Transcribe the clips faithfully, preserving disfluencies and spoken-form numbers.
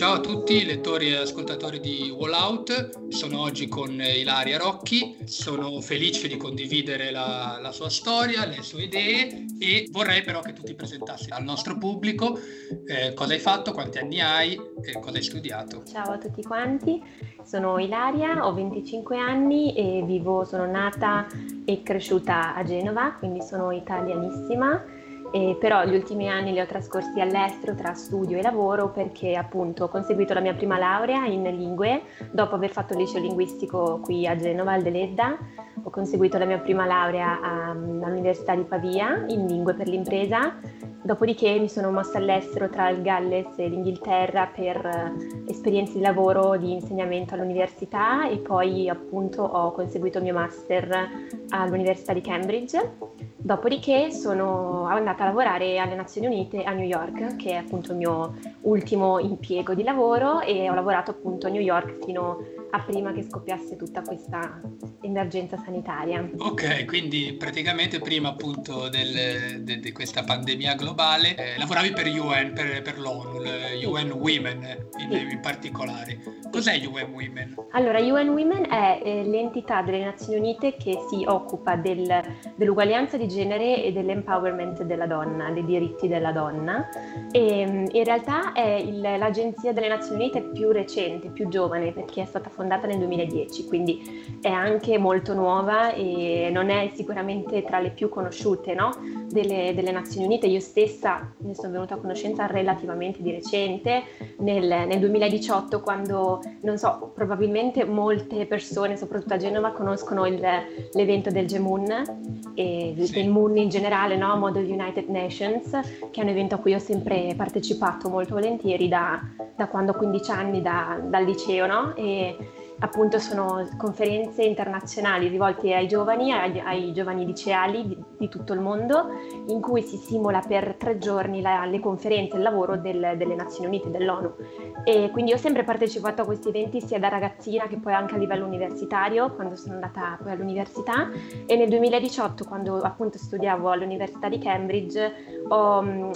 Ciao a tutti lettori e ascoltatori di Wall Out, sono oggi con Ilaria Rocchi, sono felice di condividere la, la sua storia, le sue idee e vorrei però che tu ti presentassi al nostro pubblico, eh, cosa hai fatto, quanti anni hai e cosa hai studiato. Ciao a tutti quanti, sono Ilaria, ho venticinque anni e vivo, sono nata e cresciuta a Genova, quindi sono italianissima. E però gli ultimi anni li ho trascorsi all'estero tra studio e lavoro perché appunto ho conseguito la mia prima laurea in lingue dopo aver fatto il liceo linguistico qui a Genova, al Deledda. Ho conseguito la mia prima laurea all'Università di Pavia in lingue per l'impresa, dopodiché mi sono mossa all'estero tra il Galles e l'Inghilterra per esperienze di lavoro di insegnamento all'università e poi appunto ho conseguito il mio master all'Università di Cambridge. Dopodiché sono andata a lavorare alle Nazioni Unite a New York, che è appunto il mio ultimo impiego di lavoro, e ho lavorato appunto a New York fino a prima che scoppiasse tutta questa emergenza sanitaria. Ok, quindi praticamente prima appunto del, de, di questa pandemia globale eh, lavoravi per U N, per, per l'ONU, sì. U N Women in, sì. in particolare. Cos'è U N Women? Allora, U N Women è eh, l'entità delle Nazioni Unite che si occupa del, dell'uguaglianza di genere e dell'empowerment della donna, dei diritti della donna. E in realtà è il, l'agenzia delle Nazioni Unite più recente, più giovane, perché è stata fondata nel duemiladieci, quindi è anche molto nuova e non è sicuramente tra le più conosciute, no? delle, delle Nazioni Unite. Io stessa ne sono venuta a conoscenza relativamente di recente, nel, nel duemiladiciotto, quando, non so, probabilmente molte persone, soprattutto a Genova, conoscono il, l'evento del G-Moon e sì. del Moon in generale, no? Model United Nations, che è un evento a cui ho sempre partecipato molto volentieri da, da quando ho quindici anni, da, dal liceo, no? E appunto sono conferenze internazionali rivolte ai giovani, ai, ai giovani liceali di, di tutto il mondo, in cui si simula per tre giorni la, le conferenze e il lavoro del, delle Nazioni Unite, dell'ONU. E quindi ho sempre partecipato a questi eventi sia da ragazzina che poi anche a livello universitario, quando sono andata poi all'università, e nel duemiladiciotto, quando appunto studiavo all'Università di Cambridge, ho,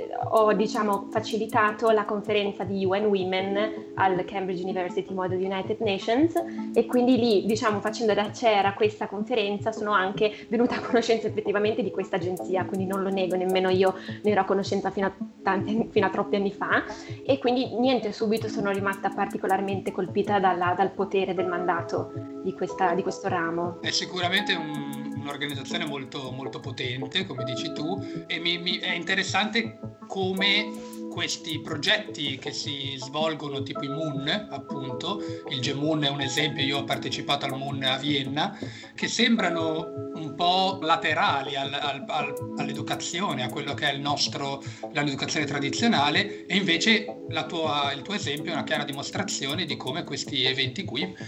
ho diciamo facilitato la conferenza di U N Women al Cambridge University Model United Nations, e quindi lì, diciamo, facendo da chair a questa conferenza sono anche venuta a conoscenza effettivamente di questa agenzia, quindi non lo nego, nemmeno io ne ero a conoscenza fino a, tanti, fino a troppi anni fa, e quindi niente, subito sono rimasta particolarmente colpita dalla, dal potere del mandato di, questa, di questo ramo. È sicuramente un, un'organizzazione molto, molto potente, come dici tu, e mi, mi, è interessante come questi progetti che si svolgono, tipo i Moon, appunto, il G-Moon è un esempio, io ho partecipato al Moon a Vienna, che sembrano un po' laterali al, al, al, all'educazione, a quello che è il nostro, l'educazione tradizionale, e invece la tua, il tuo esempio è una chiara dimostrazione di come questi eventi qui eh,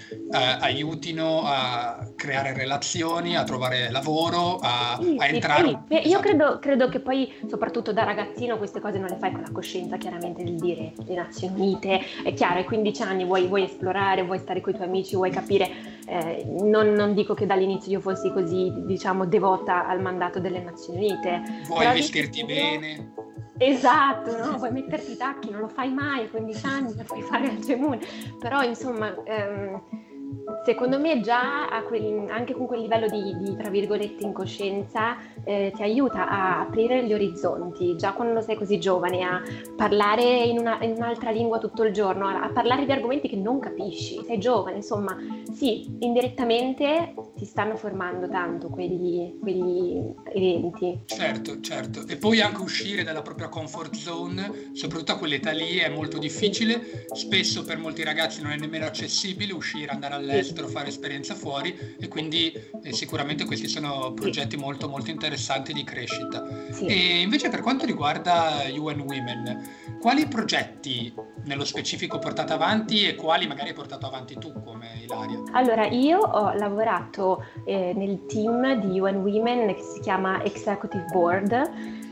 aiutino a creare relazioni, a trovare lavoro, a, sì, a sì, entrare... Sì, io credo, credo che poi, soprattutto da ragazzino, queste cose non le fai con la coscienza chiaramente del dire le Nazioni Unite, è chiaro, ai quindici anni vuoi, vuoi esplorare, vuoi stare con i tuoi amici, vuoi capire, eh, non, non dico che dall'inizio io fossi così, diciamo, devota al mandato delle Nazioni Unite. Vuoi però vestirti bene. Esatto, no? Vuoi metterti i tacchi, non lo fai mai a quindici anni, lo puoi fare al G-Moon, però insomma... Ehm, secondo me già a quel, anche con quel livello di, di tra virgolette incoscienza eh, ti aiuta a aprire gli orizzonti, già quando sei così giovane, a parlare in, una, in un'altra lingua tutto il giorno, a, a parlare di argomenti che non capisci, sei giovane, insomma sì, indirettamente ti stanno formando tanto quegli, quegli eventi. Certo, certo, e poi anche uscire dalla propria comfort zone, soprattutto a quell'età lì, è molto difficile, spesso per molti ragazzi non è nemmeno accessibile uscire, andare all'estero, fare esperienza fuori, e quindi eh, sicuramente questi sono progetti molto molto interessanti di crescita. Sì. E invece per quanto riguarda U N Women, quali progetti nello specifico portate avanti e quali magari hai portato avanti tu come Ilaria? Allora, io ho lavorato eh, nel team di U N Women che si chiama Executive Board,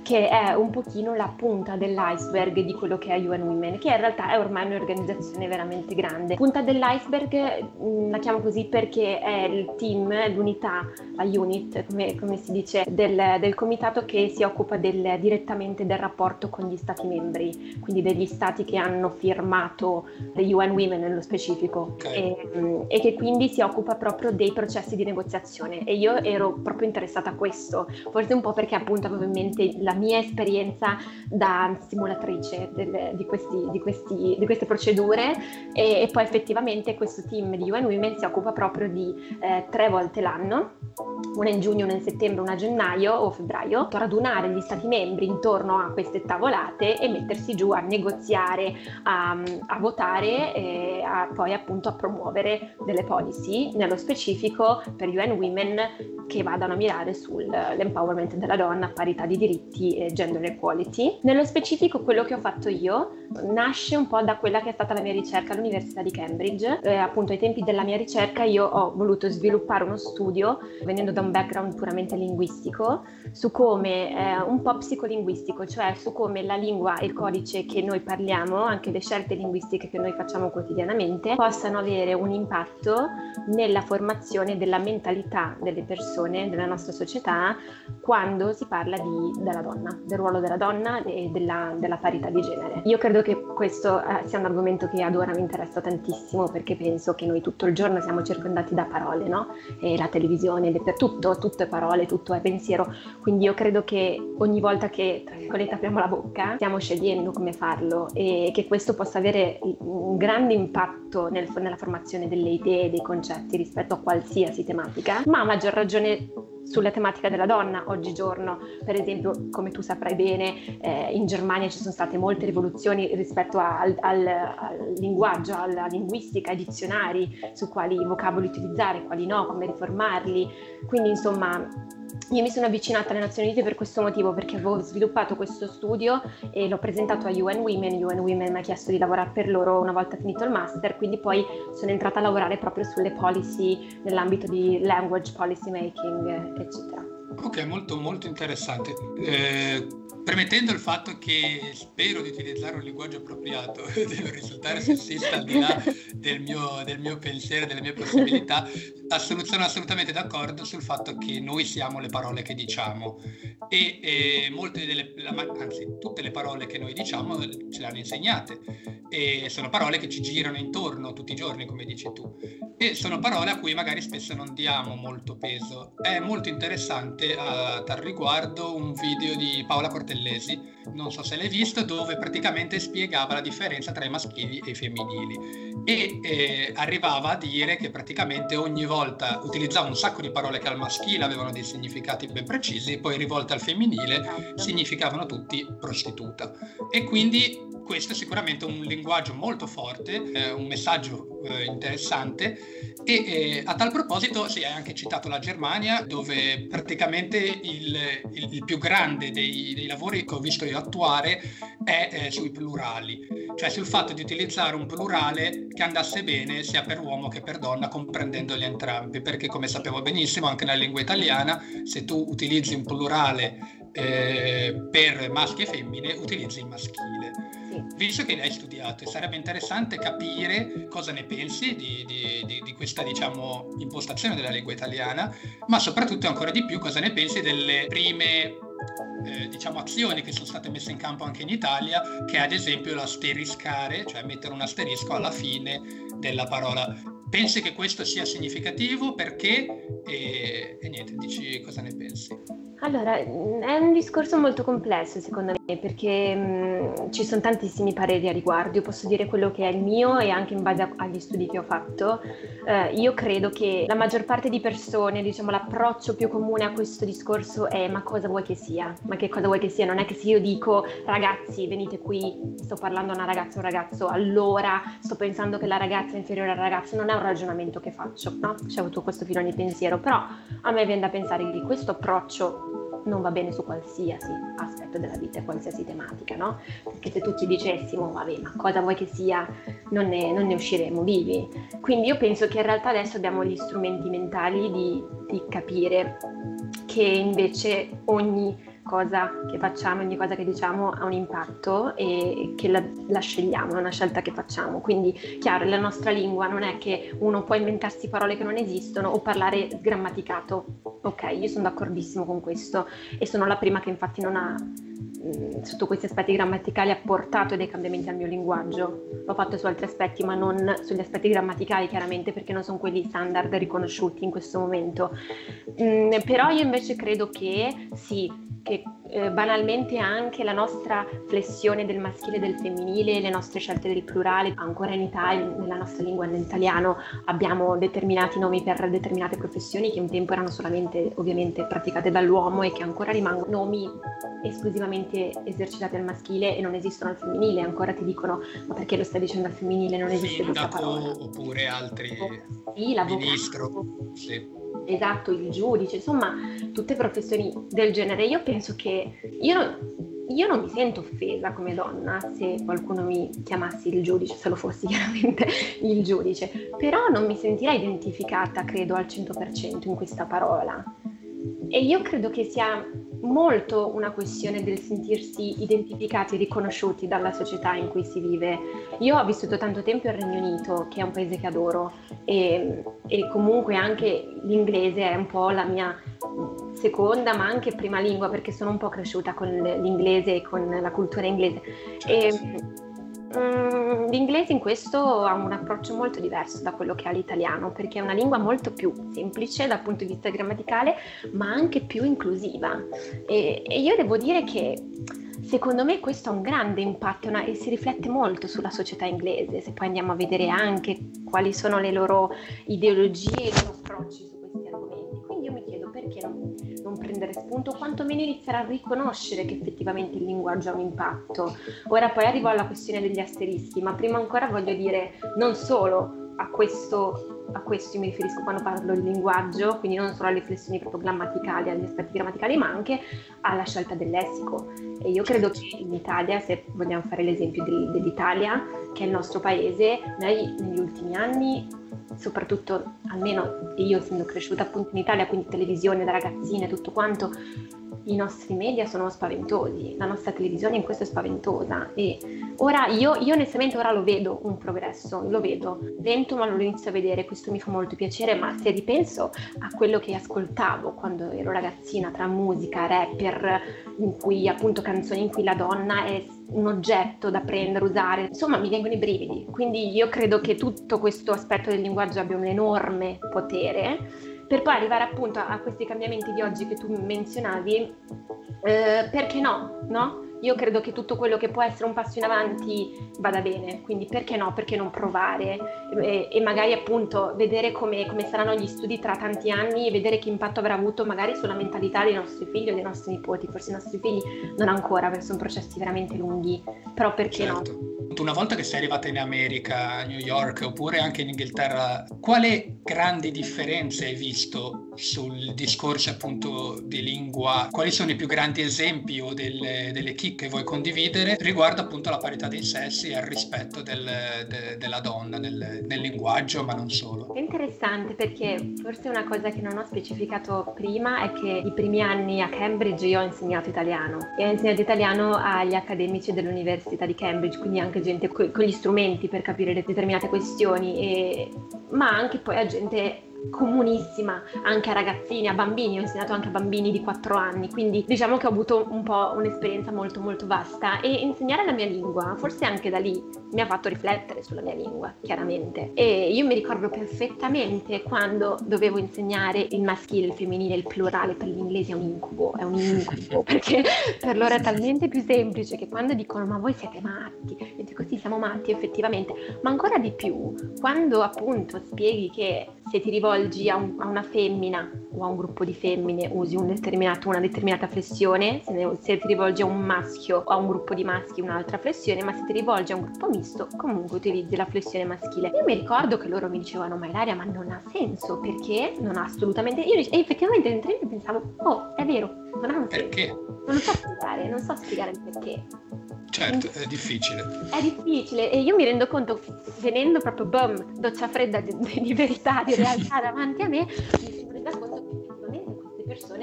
che è un pochino la punta dell'iceberg di quello che è U N Women, che in realtà è ormai un'organizzazione veramente grande. Punta dell'iceberg mh, la chiamo così perché è il team, l'unità, la unit, come, come si dice, del, del comitato che si occupa del, direttamente del rapporto con gli stati membri, quindi degli stati che hanno firmato le U N Women nello specifico, okay. e, mh, e che quindi si occupa proprio dei processi di negoziazione. E io ero proprio interessata a questo, forse un po' perché appunto avevo in mente la mia esperienza da simulatrice del, di, questi, di, questi, di queste procedure, e, e poi effettivamente questo team di U N Women si occupa proprio di eh, tre volte l'anno, una in giugno, una in settembre, una a gennaio o febbraio, per radunare gli stati membri intorno a queste tavolate e mettersi giù a negoziare, a, a votare e a, poi appunto a promuovere delle policy, nello specifico per U N Women, che vadano a mirare sull'empowerment della donna, parità di diritti e gender equality. Nello specifico quello che ho fatto io nasce un po' da quella che è stata la mia ricerca all'Università di Cambridge. Eh, appunto ai tempi della mia ricerca io ho voluto sviluppare uno studio, venendo da un background puramente linguistico, su come, eh, un po' psicolinguistico, cioè su come la lingua e il codice che noi parliamo, anche le scelte linguistiche che noi facciamo quotidianamente, possano avere un impatto nella formazione della mentalità delle persone, della nostra società, quando si parla di, della donna, del ruolo della donna e della, della parità di genere. Io credo che questo eh, sia un argomento che ad ora mi interessa tantissimo, perché penso che noi tutto il giorno siamo circondati da parole, no? E la televisione, tutto, tutto è parole, tutto è pensiero, quindi io credo che ogni volta che, tra virgolette, apriamo la bocca, stiamo scegliendo come farlo, e che questo possa avere un grande impatto nel, nella formazione delle idee, dei concetti rispetto a qualsiasi tematica, ma a maggior ragione sulla tematica della donna oggigiorno. Per esempio, come tu saprai bene, eh, in Germania ci sono state molte rivoluzioni rispetto a, al, al, al linguaggio, alla linguistica, ai dizionari, su quali vocaboli utilizzare, quali no, come riformarli. Quindi insomma io mi sono avvicinata alle Nazioni Unite per questo motivo, perché avevo sviluppato questo studio e l'ho presentato a U N Women. U N Women mi ha chiesto di lavorare per loro una volta finito il master, quindi poi sono entrata a lavorare proprio sulle policy nell'ambito di language policy making, eccetera. Ok, molto molto interessante. Eh, premettendo il fatto che spero di utilizzare un linguaggio appropriato, devo risultare sessista al di là del mio, del mio pensiero e delle mie possibilità, assolut- sono assolutamente d'accordo sul fatto che noi siamo le parole che diciamo, e, e molte delle, la, anzi tutte le parole che noi diciamo ce le hanno insegnate, e sono parole che ci girano intorno tutti i giorni, come dici tu, e sono parole a cui magari spesso non diamo molto peso. È molto interessante a tal riguardo un video di Paola Cortellesi, non so se l'hai visto, dove praticamente spiegava la differenza tra i maschili e i femminili, e eh, arrivava a dire che praticamente ogni volta utilizzava un sacco di parole che al maschile avevano dei significati ben precisi, e poi rivolte al femminile significavano tutti prostituta. E quindi questo è sicuramente un linguaggio molto forte, eh, un messaggio eh, interessante, e eh, a tal proposito si è anche citato la Germania, dove praticamente il, il, il più grande dei, dei lavori che ho visto io attuare è eh, sui plurali, cioè sul fatto di utilizzare un plurale che andasse bene sia per uomo che per donna, comprendendoli entrambi, perché come sappiamo benissimo anche nella lingua italiana, se tu utilizzi un plurale eh, per maschi e femmine, utilizzi il maschile. Visto che l'hai studiato, sarebbe interessante capire cosa ne pensi di, di, di, di questa, diciamo, impostazione della lingua italiana, ma soprattutto ancora di più cosa ne pensi delle prime eh, diciamo azioni che sono state messe in campo anche in Italia, che è ad esempio l'asteriscare, cioè mettere un asterisco alla fine della parola. Pensi che questo sia significativo? Perché? E, e niente, dici cosa ne pensi. Allora, è un discorso molto complesso secondo me, perché mh, ci sono tantissimi pareri a riguardo. Io posso dire quello che è il mio, e anche in base a, agli studi che ho fatto. Eh, io credo che la maggior parte di persone, diciamo, l'approccio più comune a questo discorso è: ma cosa vuoi che sia? Ma che cosa vuoi che sia? Non è che se io dico ragazzi venite qui, sto parlando a una ragazza o un ragazzo, allora sto pensando che la ragazza è inferiore al ragazzo. Non è un ragionamento che faccio, no? C'è avuto questo filone di pensiero, però a me viene da pensare che questo approccio non va bene su qualsiasi aspetto della vita e qualsiasi tematica, no? Perché se tutti dicessimo vabbè, ma cosa vuoi che sia, non ne, non ne usciremo vivi. Quindi io penso che in realtà adesso abbiamo gli strumenti mentali di, di capire che invece ogni cosa che facciamo, ogni cosa che diciamo ha un impatto e che la, la scegliamo, è una scelta che facciamo. Quindi, chiaro, la nostra lingua non è che uno può inventarsi parole che non esistono o parlare sgrammaticato. Ok, io sono d'accordissimo con questo e sono la prima che infatti non ha, mh, sotto questi aspetti grammaticali, ha portato dei cambiamenti al mio linguaggio. L'ho fatto su altri aspetti, ma non sugli aspetti grammaticali, chiaramente, perché non sono quelli standard riconosciuti in questo momento. Mm, però io invece credo che sì, che eh, banalmente anche la nostra flessione del maschile e del femminile, le nostre scelte del plurale, ancora in Italia, nella nostra lingua, nell'italiano, abbiamo determinati nomi per determinate professioni che un tempo erano solamente ovviamente praticate dall'uomo e che ancora rimangono nomi esclusivamente esercitati al maschile e non esistono al femminile. Ancora ti dicono: ma perché lo stai dicendo al femminile, non esiste questa parola. Oppure altri, sì, ministro, sì. Esatto, il giudice, insomma, tutte professioni del genere. Io penso che io non, io non mi sento offesa come donna se qualcuno mi chiamasse il giudice, se lo fossi chiaramente il giudice, però non mi sentirei identificata, credo, al cento per cento in questa parola. E io credo che sia molto una questione del sentirsi identificati e riconosciuti dalla società in cui si vive. Io ho vissuto tanto tempo in Regno Unito, che è un paese che adoro, e, e comunque anche l'inglese è un po' la mia seconda ma anche prima lingua, perché sono un po' cresciuta con l'inglese e con la cultura inglese. E, mm, l'inglese in questo ha un approccio molto diverso da quello che ha l'italiano, perché è una lingua molto più semplice dal punto di vista grammaticale, ma anche più inclusiva. E, e io devo dire che secondo me questo ha un grande impatto una, e si riflette molto sulla società inglese, se poi andiamo a vedere anche quali sono le loro ideologie e i loro approcci su questi argomenti. Quindi io mi chiedo perché non, non prendere spunto, o quantomeno iniziare a riconoscere che effettivamente il linguaggio ha un impatto. Ora poi arrivo alla questione degli asterischi, ma prima ancora voglio dire non solo a questo, a questo io mi riferisco quando parlo di linguaggio, quindi non solo alle flessioni proprio grammaticali, agli aspetti grammaticali, ma anche alla scelta del lessico. E io credo che in Italia, se vogliamo fare l'esempio del, dell'Italia, che è il nostro paese, noi negli ultimi anni, soprattutto almeno io essendo cresciuta appunto in Italia, quindi televisione da ragazzine, tutto quanto, i nostri media sono spaventosi, la nostra televisione in questo è spaventosa e ora io, io onestamente ora lo vedo un progresso, lo vedo lento ma lo inizio a vedere, questo mi fa molto piacere. Ma se ripenso a quello che ascoltavo quando ero ragazzina, tra musica, rapper, in cui appunto canzoni in cui la donna è un oggetto da prendere, usare, insomma mi vengono i brividi. Quindi io credo che tutto questo aspetto del linguaggio abbia un enorme potere per poi arrivare appunto a, a questi cambiamenti di oggi che tu menzionavi. Eh, perché no, no? Io credo che tutto quello che può essere un passo in avanti vada bene, quindi perché no, perché non provare e, e magari appunto vedere come, come saranno gli studi tra tanti anni e vedere che impatto avrà avuto magari sulla mentalità dei nostri figli o dei nostri nipoti. Forse i nostri figli non ancora, perché sono processi veramente lunghi, però perché certo. no? Una volta che sei arrivata in America, a New York oppure anche in Inghilterra, quale grandi differenze hai visto sul discorso appunto di lingua? Quali sono i più grandi esempi o delle, delle chicche che vuoi condividere riguardo appunto alla parità dei sessi e al rispetto del, de, della donna nel, nel linguaggio, ma non solo? È interessante perché forse una cosa che non ho specificato prima è che i primi anni a Cambridge io ho insegnato italiano e ho insegnato italiano agli accademici dell'Università di Cambridge, quindi anche gente co- con gli strumenti per capire determinate questioni, e, ma anche poi a gente comunissima, anche a ragazzini, a bambini. Ho insegnato anche a bambini di quattro anni, quindi diciamo che ho avuto un po' un'esperienza molto molto vasta e insegnare la mia lingua forse anche da lì mi ha fatto riflettere sulla mia lingua, chiaramente. E io mi ricordo perfettamente quando dovevo insegnare il maschile, il femminile, il plurale. Per gli inglesi è un incubo, è un incubo perché per loro è talmente più semplice che quando dicono ma voi siete matti, io dico sì, siamo matti effettivamente, ma ancora di più quando appunto spieghi che se ti rivolgi a, un, a una femmina o a un gruppo di femmine usi un determinato, una determinata flessione, se, ne, se ti rivolgi a un maschio o a un gruppo di maschi un'altra flessione, ma se ti rivolgi a un gruppo misto comunque utilizzi la flessione maschile. Io mi ricordo che loro mi dicevano ma Ilaria, ma non ha senso, perché non ha assolutamente, io e effettivamente dentro io pensavo oh è vero, non ha un senso, perché? Non so spiegare, non so spiegare il perché. Certo, è difficile. È difficile e io mi rendo conto, venendo proprio boom, doccia fredda di, di verità, di realtà davanti a me, mi sono resa conto che effettivamente queste persone hanno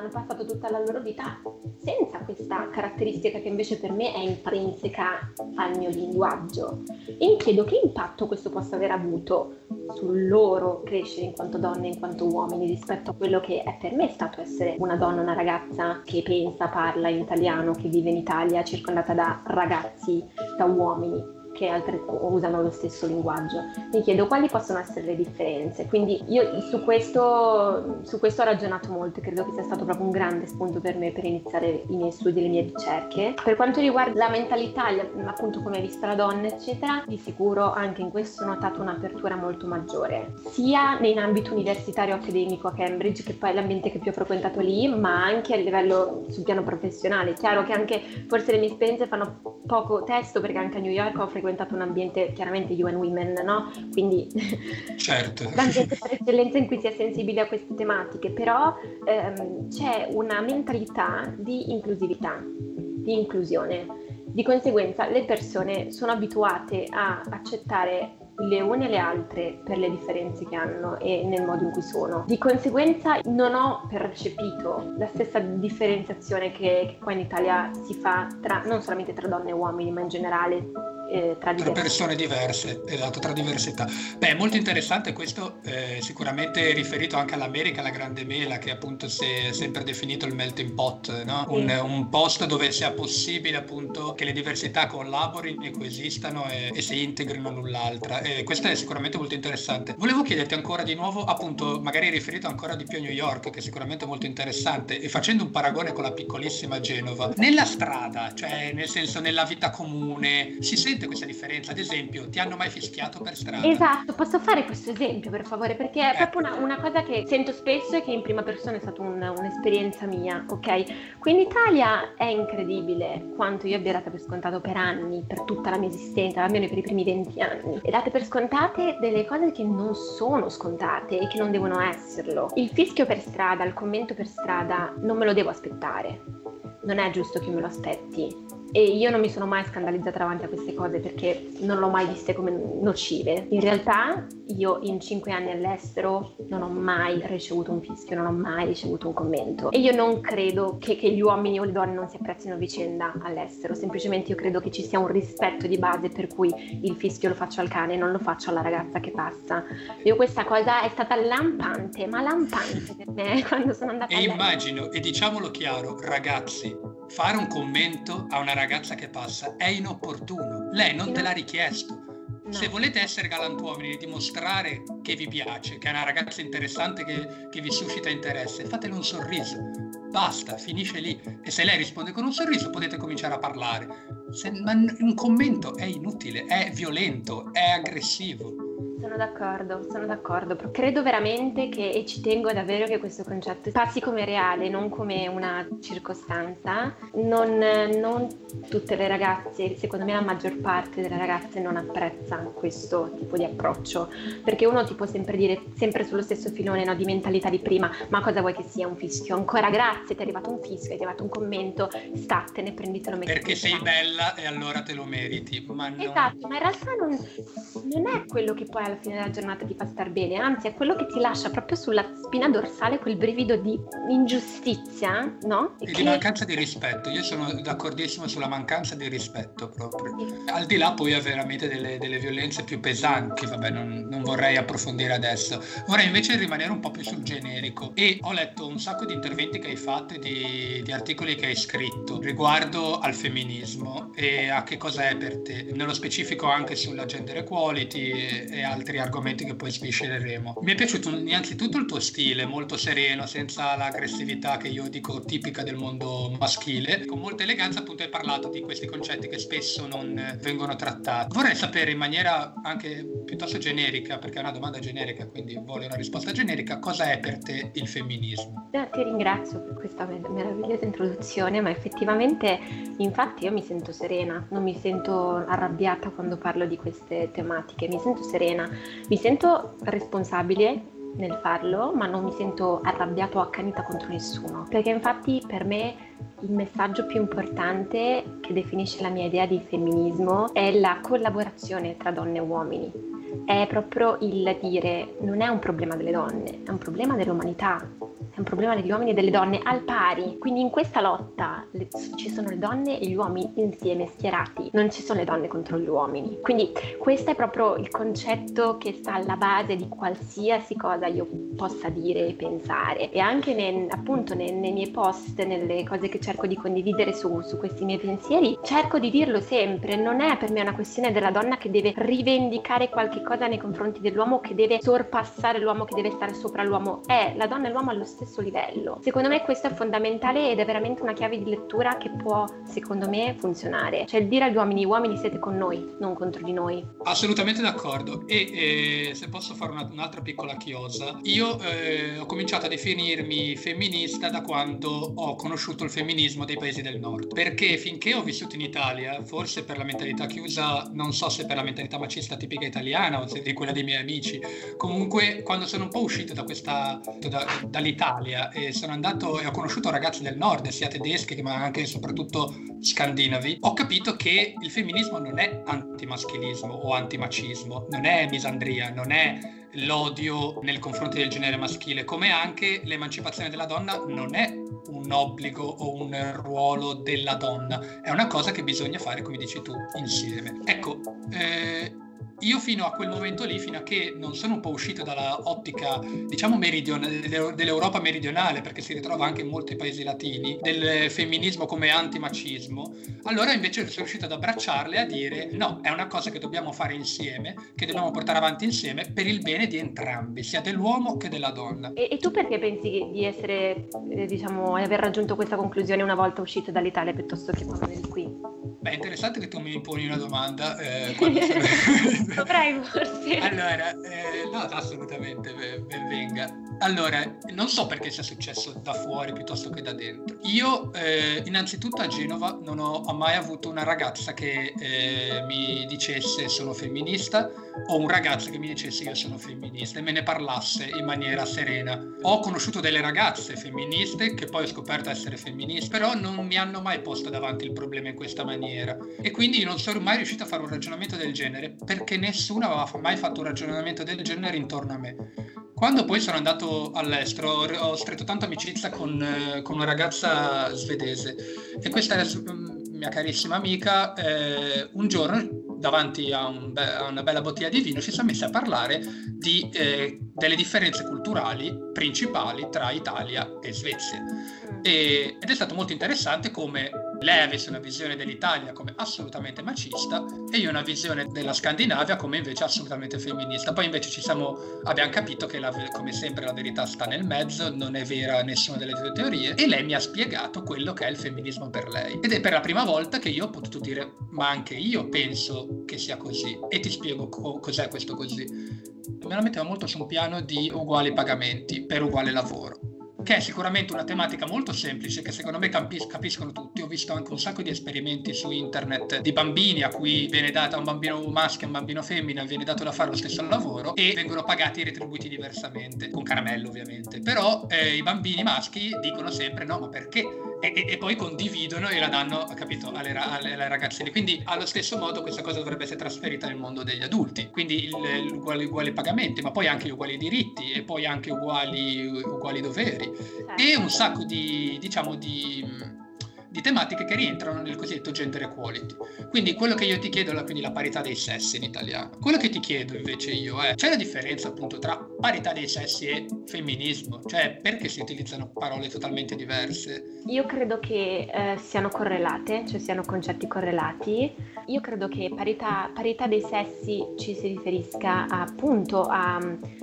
hanno passato tutta la loro vita senza questa caratteristica che invece per me è intrinseca al mio linguaggio. E mi chiedo che impatto questo possa aver avuto sul loro crescere in quanto donne, in quanto uomini, rispetto a quello che è per me stato essere una donna, una ragazza che pensa, parla in italiano, che vive in Italia, circondata da ragazzi, da uomini che altre usano lo stesso linguaggio. Mi chiedo quali possono essere le differenze. Quindi io su questo, su questo ho ragionato molto e credo che sia stato proprio un grande spunto per me per iniziare i miei studi e le mie ricerche. Per quanto riguarda la mentalità, appunto come è vista la donna, eccetera, di sicuro anche in questo ho notato un'apertura molto maggiore, sia in ambito universitario accademico a Cambridge, che poi è l'ambiente che più ho frequentato lì, ma anche a livello sul piano professionale. Chiaro che anche forse le mie esperienze fanno poco testo, perché anche a New York ho frequentato un ambiente chiaramente U N Women, no? Quindi certo. l'ambiente per eccellenza in cui si è sensibili a queste tematiche, però ehm, c'è una mentalità di inclusività, di inclusione. Di conseguenza le persone sono abituate a accettare le une e le altre per le differenze che hanno e nel modo in cui sono. Di conseguenza non ho percepito la stessa differenziazione che, che qua in Italia si fa tra, non solamente tra donne e uomini, ma in generale eh, tra, tra persone diverse, esatto, tra diversità. Beh, è molto interessante questo, eh, sicuramente riferito anche all'America, la grande mela, che appunto si è sempre definito il melting pot, no? Sì. Un, un posto dove sia possibile appunto che le diversità collaborino e coesistano e, e si integrino l'un l'altra. E questo è sicuramente molto interessante. Volevo chiederti ancora di nuovo, appunto, magari riferito ancora di più a New York, che è sicuramente molto interessante, e facendo un paragone con la piccolissima Genova. Nella strada, cioè nel senso nella vita comune, si sente questa differenza? Ad esempio, ti hanno mai fischiato per strada? Esatto, posso fare questo esempio per favore? Perché è Eh. proprio una, una cosa che sento spesso e che in prima persona è stata un, un'esperienza mia, ok? Qui in Italia è incredibile quanto io abbia dato per scontato per anni, per tutta la mia esistenza, almeno per i primi venti anni, e date per scontate delle cose che non sono scontate e che non devono esserlo. Il fischio per strada, il commento per strada, non me lo devo aspettare. Non è giusto che me lo aspetti. E io non mi sono mai scandalizzata davanti a queste cose perché non l'ho mai viste come nocive. In realtà io in cinque anni all'estero non ho mai ricevuto un fischio, non ho mai ricevuto un commento. E io non credo che, che gli uomini o le donne non si apprezzino a vicenda all'estero. Semplicemente io credo che ci sia un rispetto di base per cui il fischio lo faccio al cane e non lo faccio alla ragazza che passa. Io questa cosa è stata lampante, ma lampante per me quando sono andata E all'estero. immagino, e diciamolo chiaro, ragazzi, fare un commento a una ragazza che passa è inopportuno. Lei non te l'ha richiesto. No. Se volete essere galantuomini e dimostrare che vi piace, che è una ragazza interessante che, che vi suscita interesse, fatele un sorriso. Basta, finisce lì. E se lei risponde con un sorriso potete cominciare a parlare. Se, ma un commento è inutile, è violento, è aggressivo. Sono d'accordo, sono d'accordo. Credo veramente che, e ci tengo davvero che questo concetto passi come reale, non come una circostanza. Non, non tutte le ragazze, secondo me la maggior parte delle ragazze non apprezza questo tipo di approccio, perché uno ti può sempre dire, sempre sullo stesso filone, no, di mentalità di prima, ma cosa vuoi che sia un fischio? Ancora grazie, ti è arrivato un fischio, ti è arrivato un commento, statene, prenditelo, mettilo. Perché sei bella e allora te lo meriti. Ma non... Esatto, ma in realtà non, non è quello che poi alla fine della giornata ti fa star bene, anzi è quello che ti lascia proprio sulla spina dorsale quel brivido di ingiustizia, no? E che... di mancanza di rispetto. Io sono d'accordissimo sulla mancanza di rispetto proprio. Al di là poi ha veramente delle, delle violenze più pesanti, vabbè non, non vorrei approfondire adesso. Vorrei invece rimanere un po' più sul generico e ho letto un sacco di interventi che hai fatto e di, di articoli che hai scritto riguardo al femminismo e a che cosa è per te, nello specifico anche sulla gender equality e, e altri argomenti che poi sviscereremo. Mi è piaciuto innanzitutto il tuo stile, molto sereno, senza l'aggressività che io dico tipica del mondo maschile. Con molta eleganza appunto hai parlato di questi concetti che spesso non vengono trattati. Vorrei sapere in maniera anche piuttosto generica, perché è una domanda generica, quindi vuole una risposta generica, cosa è per te il femminismo? Eh, ti ringrazio per questa meravigliosa introduzione, ma effettivamente, infatti io mi sento serena, non mi sento arrabbiata quando parlo di queste tematiche, mi sento serena, mi sento responsabile nel farlo, ma non mi sento arrabbiata o accanita contro nessuno, perché infatti per me il messaggio più importante che definisce la mia idea di femminismo è la collaborazione tra donne e uomini. È proprio il dire non è un problema delle donne, è un problema dell'umanità, è è un problema degli uomini e delle donne al pari, quindi in questa lotta le, ci sono le donne e gli uomini insieme, schierati, non ci sono le donne contro gli uomini, quindi questo è proprio il concetto che sta alla base di qualsiasi cosa io possa dire e pensare, e anche nel, appunto nei, nei miei post, nelle cose che cerco di condividere su, su questi miei pensieri, cerco di dirlo sempre, non è per me una questione della donna che deve rivendicare qualche cosa nei confronti dell'uomo, che deve sorpassare l'uomo, che deve stare sopra l'uomo, è la donna e l'uomo allo stesso livello. Secondo me questo è fondamentale ed è veramente una chiave di lettura che può, secondo me, funzionare, cioè il dire agli uomini: uomini siete con noi, non contro di noi. Assolutamente d'accordo. E eh, se posso fare una, un'altra piccola chiosa, io eh, ho cominciato a definirmi femminista da quando ho conosciuto il femminismo dei paesi del nord, perché finché ho vissuto in Italia, forse per la mentalità chiusa, non so se per la mentalità macista tipica italiana o se di quella dei miei amici, comunque quando sono un po' uscito da questa da, dall'Italia e sono andato e ho conosciuto ragazzi del nord, sia tedeschi ma anche e soprattutto scandinavi, ho capito che il femminismo non è antimaschilismo o antimacismo, non è misandria, non è l'odio nei confronti del genere maschile, come anche l'emancipazione della donna non è un obbligo o un ruolo della donna, è una cosa che bisogna fare, come dici tu, insieme. Ecco, eh, io fino a quel momento lì, fino a che non sono un po' uscito dalla ottica, diciamo, meridionale, dell'Europa meridionale, perché si ritrova anche in molti paesi latini, del femminismo come antimacismo, allora invece sono riuscito ad abbracciarle, a dire no, è una cosa che dobbiamo fare insieme, che dobbiamo portare avanti insieme per il bene di entrambi, sia dell'uomo che della donna. E, e tu perché pensi di essere, eh, diciamo, aver raggiunto questa conclusione una volta uscito dall'Italia piuttosto che quando eri qui? Beh, è interessante che tu mi poni una domanda. Eh, quando sono... Prego, forse. Allora, eh, no, assolutamente, ben venga. Allora, non so perché sia successo da fuori piuttosto che da dentro. Io, eh, innanzitutto a Genova, non ho mai avuto una ragazza che eh, mi dicesse sono femminista, o un ragazzo che mi dicesse io sono femminista e me ne parlasse in maniera serena. Ho conosciuto delle ragazze femministe che poi ho scoperto essere femministe, però non mi hanno mai posto davanti il problema in questa maniera, e quindi non sono mai riuscito a fare un ragionamento del genere perché nessuno aveva mai fatto un ragionamento del genere intorno a me. Quando poi sono andato all'estero ho stretto tanta amicizia con, eh, con una ragazza svedese, e questa mia carissima amica eh, un giorno davanti a, un be- a una bella bottiglia di vino ci siamo messi a parlare di, eh, delle differenze culturali principali tra Italia e Svezia, e, ed è stato molto interessante come lei avesse una visione dell'Italia come assolutamente macista e io una visione della Scandinavia come invece assolutamente femminista. Poi invece ci siamo, abbiamo capito che la, come sempre la verità sta nel mezzo, non è vera nessuna delle due teorie, e lei mi ha spiegato quello che è il femminismo per lei, ed è per la prima volta che io ho potuto dire ma anche io penso che sia così, e ti spiego co- cos'è questo così. Me la metteva molto su un piano di uguali pagamenti per uguale lavoro, che è sicuramente una tematica molto semplice che secondo me capis- capiscono tutti. Ho visto anche un sacco di esperimenti su internet di bambini a cui viene data, a un bambino maschio e un bambino femmina viene dato da fare lo stesso lavoro e vengono pagati e retribuiti diversamente, con caramelle ovviamente, però eh, i bambini maschi dicono sempre no, ma perché? E, e, e poi condividono e la danno, capito, alle, alle, alle ragazzine. Quindi allo stesso modo questa cosa dovrebbe essere trasferita nel mondo degli adulti, quindi il, l'uguali, uguali pagamenti, ma poi anche gli uguali diritti e poi anche uguali, uguali doveri, e un sacco di, diciamo, di, di tematiche che rientrano nel cosiddetto gender equality. Quindi quello che io ti chiedo è quindi la parità dei sessi in italiano. Quello che ti chiedo invece io è, c'è la differenza appunto tra parità dei sessi e femminismo? Cioè, perché si utilizzano parole totalmente diverse? Io credo che eh, siano correlate, cioè siano concetti correlati. Io credo che parità, parità dei sessi ci si riferisca appunto a...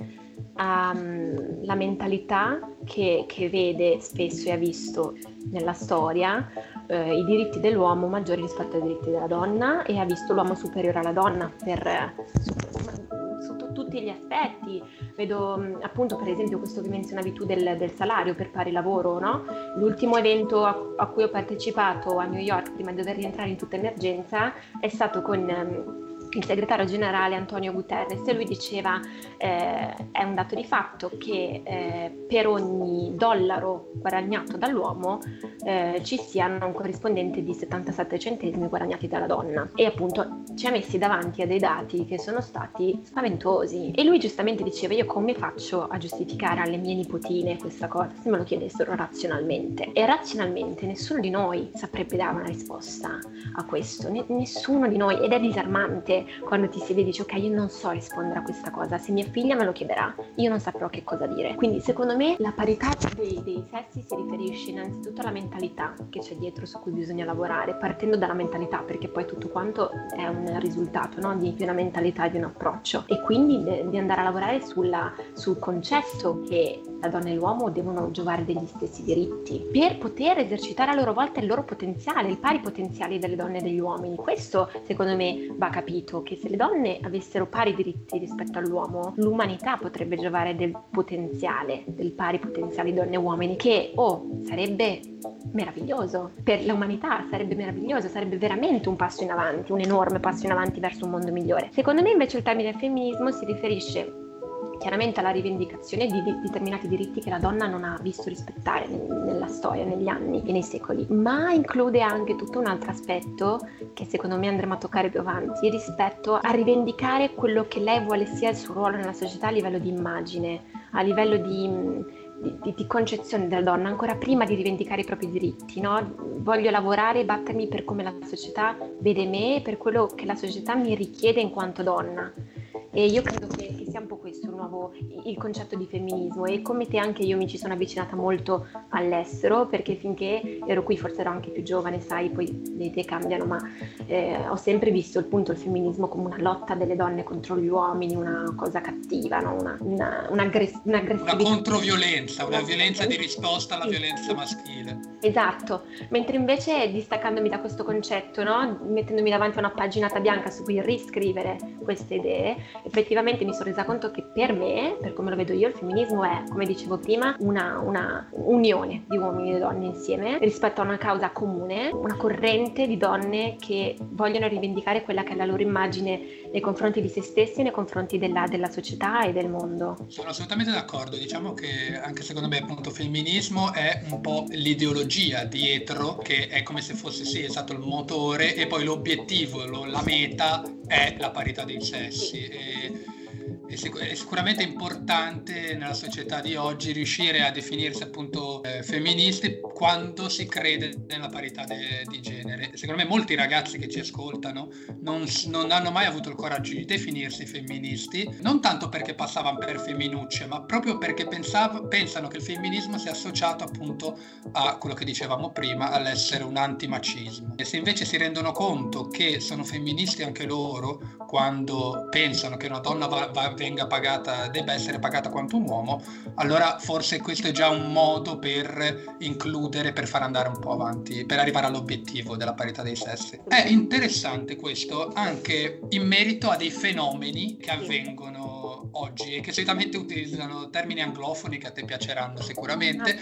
Um, la mentalità che, che vede spesso e ha visto nella storia eh, i diritti dell'uomo maggiori rispetto ai diritti della donna, e ha visto l'uomo superiore alla donna per eh, sotto tutti gli aspetti. Vedo appunto per esempio questo che menzionavi tu del, del salario per pari lavoro, no? L'ultimo evento a, a cui ho partecipato a New York prima di dover rientrare in tutta emergenza è stato con um, il segretario generale Antonio Guterres, e lui diceva eh, è un dato di fatto che eh, per ogni dollaro guadagnato dall'uomo eh, ci siano un corrispondente di settantasette centesimi guadagnati dalla donna, e appunto ci ha messi davanti a dei dati che sono stati spaventosi, e lui giustamente diceva: io come faccio a giustificare alle mie nipotine questa cosa se me lo chiedessero razionalmente? E razionalmente nessuno di noi saprebbe dare una risposta a questo, ne- nessuno di noi, ed è disarmante quando ti si vede e dici: ok, io non so rispondere a questa cosa, se mia figlia me lo chiederà io non saprò che cosa dire. Quindi secondo me la parità dei, dei sessi si riferisce innanzitutto alla mentalità che c'è dietro, su cui bisogna lavorare, partendo dalla mentalità, perché poi tutto quanto è un risultato, no? di, di una mentalità e di un approccio, e quindi de- di andare a lavorare sulla, sul concetto che la donna e l'uomo devono giovare degli stessi diritti per poter esercitare a loro volta il loro potenziale, il pari potenziale delle donne e degli uomini. Questo secondo me va capito, che se le donne avessero pari diritti rispetto all'uomo, l'umanità potrebbe giovare del potenziale, del pari potenziale di donne e uomini, che oh, sarebbe meraviglioso per l'umanità, sarebbe meraviglioso, sarebbe veramente un passo in avanti, un enorme passo in avanti verso un mondo migliore. Secondo me invece il termine femminismo si riferisce chiaramente alla rivendicazione di, di determinati diritti che la donna non ha visto rispettare nella storia, negli anni e nei secoli, ma include anche tutto un altro aspetto che secondo me andremo a toccare più avanti, rispetto a rivendicare quello che lei vuole sia il suo ruolo nella società a livello di immagine, a livello di Di, di, di concezione della donna, ancora prima di rivendicare i propri diritti, no? Voglio lavorare e battermi per come la società vede me, per quello che la società mi richiede in quanto donna. E io credo che, che sia un po' questo il nuovo, il concetto di femminismo, e come te anche io mi ci sono avvicinata molto all'estero, perché finché ero qui, forse ero anche più giovane, sai, poi le idee cambiano, ma eh, ho sempre visto appunto il femminismo come una lotta delle donne contro gli uomini, una cosa cattiva, no? una, una, un'aggress- un'aggressività. Una controviolenza, una violenza di risposta alla violenza maschile. Esatto, mentre invece distaccandomi da questo concetto, no? Mettendomi davanti a una paginata bianca su cui riscrivere queste idee, effettivamente mi sono resa conto che per me, per come lo vedo io, il femminismo è, come dicevo prima, una, una unione di uomini e donne insieme rispetto a una causa comune, una corrente di donne che vogliono rivendicare quella che è la loro immagine nei confronti di se stessi e nei confronti della, della società e del mondo. Sono assolutamente d'accordo, diciamo che anche secondo me appunto femminismo è un po' l'ideologia dietro, che è come se fosse sì esatto il motore, e poi l'obiettivo, lo, la meta è la parità dei sessi. E, e sic- è sicuramente importante nella società di oggi riuscire a definirsi appunto eh, femministi quando si crede nella parità de- di genere. Secondo me molti ragazzi che ci ascoltano non, non hanno mai avuto il coraggio di definirsi femministi, non tanto perché passavano per femminucce, ma proprio perché pensav- pensano che il femminismo sia associato appunto a quello che dicevamo prima, all'essere un antimacismo. E se invece si rendono conto che sono femministi anche loro quando pensano che una donna va, va, venga pagata, debba essere pagata quanto un uomo, allora forse questo è già un modo per includere, per far andare un po' avanti, per arrivare all'obiettivo della parità dei sessi. È interessante questo anche in merito a dei fenomeni che avvengono oggi e che solitamente utilizzano termini anglofoni che a te piaceranno sicuramente,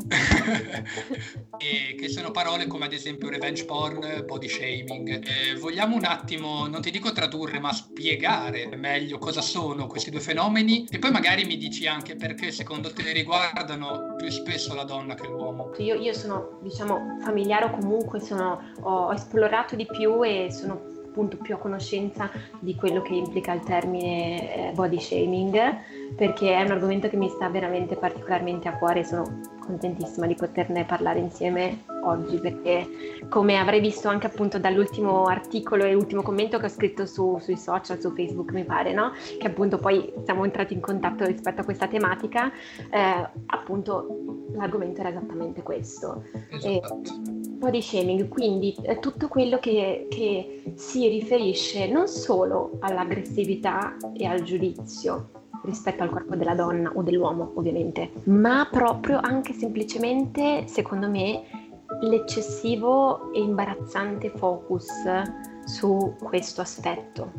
e che sono parole come ad esempio revenge porn, body shaming. Eh, vogliamo un attimo, non ti dico tradurre, ma spiegare meglio cosa sono questi due fenomeni, e poi magari mi dici anche perché secondo te riguardano più spesso la donna che l'uomo. Io, io sono, diciamo, familiare, o comunque sono, ho, ho esplorato di più e sono appunto più a conoscenza di quello che implica il termine eh, body shaming, perché è un argomento che mi sta veramente particolarmente a cuore e sono contentissima di poterne parlare insieme oggi, perché come avrai visto anche appunto dall'ultimo articolo e ultimo commento che ho scritto su, sui social, su Facebook mi pare, no? Che appunto poi siamo entrati in contatto rispetto a questa tematica, eh, appunto l'argomento era esattamente questo. Esatto. E, body shaming, quindi è tutto quello che, che si riferisce non solo all'aggressività e al giudizio rispetto al corpo della donna o dell'uomo ovviamente, ma proprio anche semplicemente, secondo me, l'eccessivo e imbarazzante focus su questo aspetto,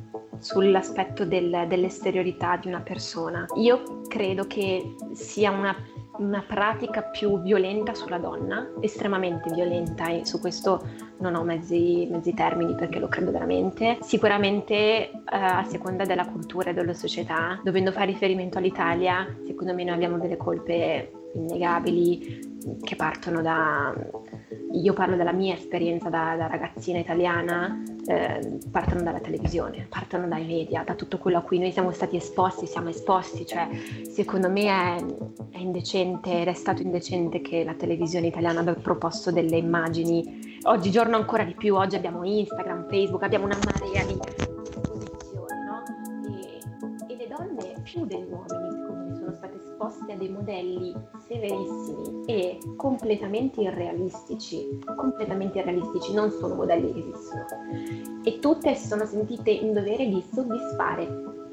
sull'aspetto del, dell'esteriorità di una persona. Io credo che sia una una pratica più violenta sulla donna, estremamente violenta, e su questo non ho mezzi, mezzi termini perché lo credo veramente. Sicuramente eh, a seconda della cultura e della società, dovendo fare riferimento all'Italia, secondo me noi abbiamo delle colpe innegabili che partono da... Io parlo della mia esperienza da, da ragazzina italiana, eh, partono dalla televisione, partono dai media, da tutto quello a cui noi siamo stati esposti, siamo esposti, cioè secondo me è, è indecente ed è stato indecente che la televisione italiana abbia proposto delle immagini, oggigiorno ancora di più, oggi abbiamo Instagram, Facebook, abbiamo una marea di esposizioni, no? E, e le donne più degli uomini secondo me sono state esposte a dei modelli severissimi e completamente irrealistici, completamente irrealistici, non sono modelli che esistono, e tutte si sono sentite in dovere di soddisfare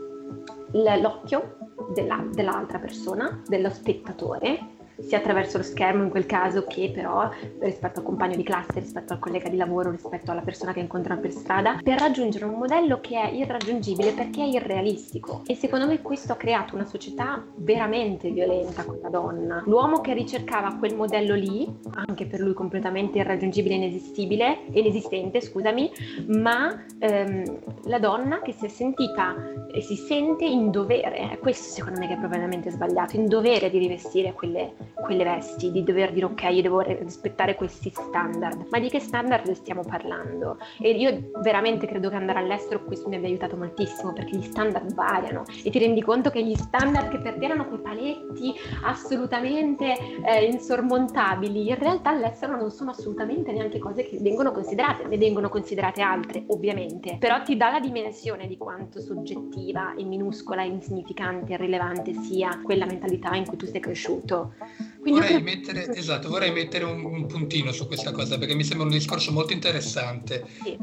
l- l'occhio della, dell'altra persona, dello spettatore, sia attraverso lo schermo in quel caso, che però rispetto al compagno di classe, rispetto al collega di lavoro, rispetto alla persona che incontrano per strada, per raggiungere un modello che è irraggiungibile perché è irrealistico. E secondo me questo ha creato una società veramente violenta con la donna. L'uomo che ricercava quel modello lì, anche per lui completamente irraggiungibile, inesistibile, inesistente, scusami, ma ehm, la donna che si è sentita e si sente in dovere, questo secondo me che è proprio sbagliato, in dovere di rivestire quelle quelle vesti, di dover dire ok, io devo rispettare questi standard. Ma di che standard stiamo parlando? E io veramente credo che andare all'estero questo mi abbia aiutato moltissimo, perché gli standard variano e ti rendi conto che gli standard che per te erano quei paletti assolutamente eh, insormontabili, in realtà all'estero non sono assolutamente neanche cose che vengono considerate, ne vengono considerate altre ovviamente, però ti dà la dimensione di quanto soggettiva e minuscola, insignificante, irrilevante sia quella mentalità in cui tu sei cresciuto. Quindi vorrei io... mettere, esatto, vorrei mettere un, un puntino su questa cosa, perché mi sembra un discorso molto interessante. Sì.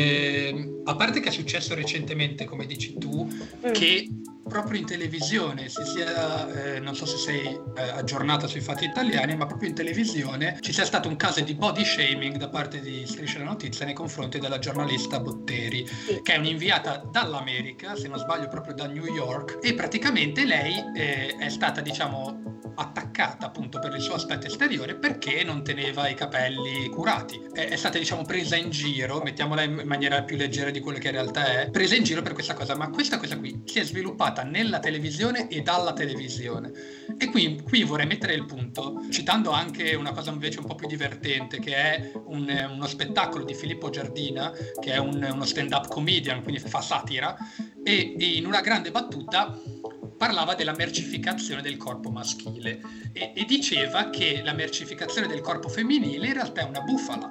Eh, a parte che è successo recentemente, come dici tu, mm. che proprio in televisione si sia, eh, non so se sei eh, aggiornata sui fatti italiani, ma proprio in televisione ci sia stato un caso di body shaming da parte di Striscia la Notizia nei confronti della giornalista Botteri, Sì. che è un'inviata dall'America, se non sbaglio proprio da New York, e praticamente lei eh, è stata, diciamo, attaccata appunto per il suo aspetto esteriore perché non teneva i capelli curati. È, è stata, diciamo, presa in giro, mettiamola in maniera più leggera di quello che in realtà è, presa in giro per questa cosa, ma questa cosa qui si è sviluppata nella televisione e dalla televisione. E qui, qui vorrei mettere il punto, citando anche una cosa invece un po' più divertente, che è un, uno spettacolo di Filippo Giardina, che è un, uno stand-up comedian, quindi fa satira, e, e in una grande battuta parlava della mercificazione del corpo maschile e, e diceva che la mercificazione del corpo femminile in realtà è una bufala,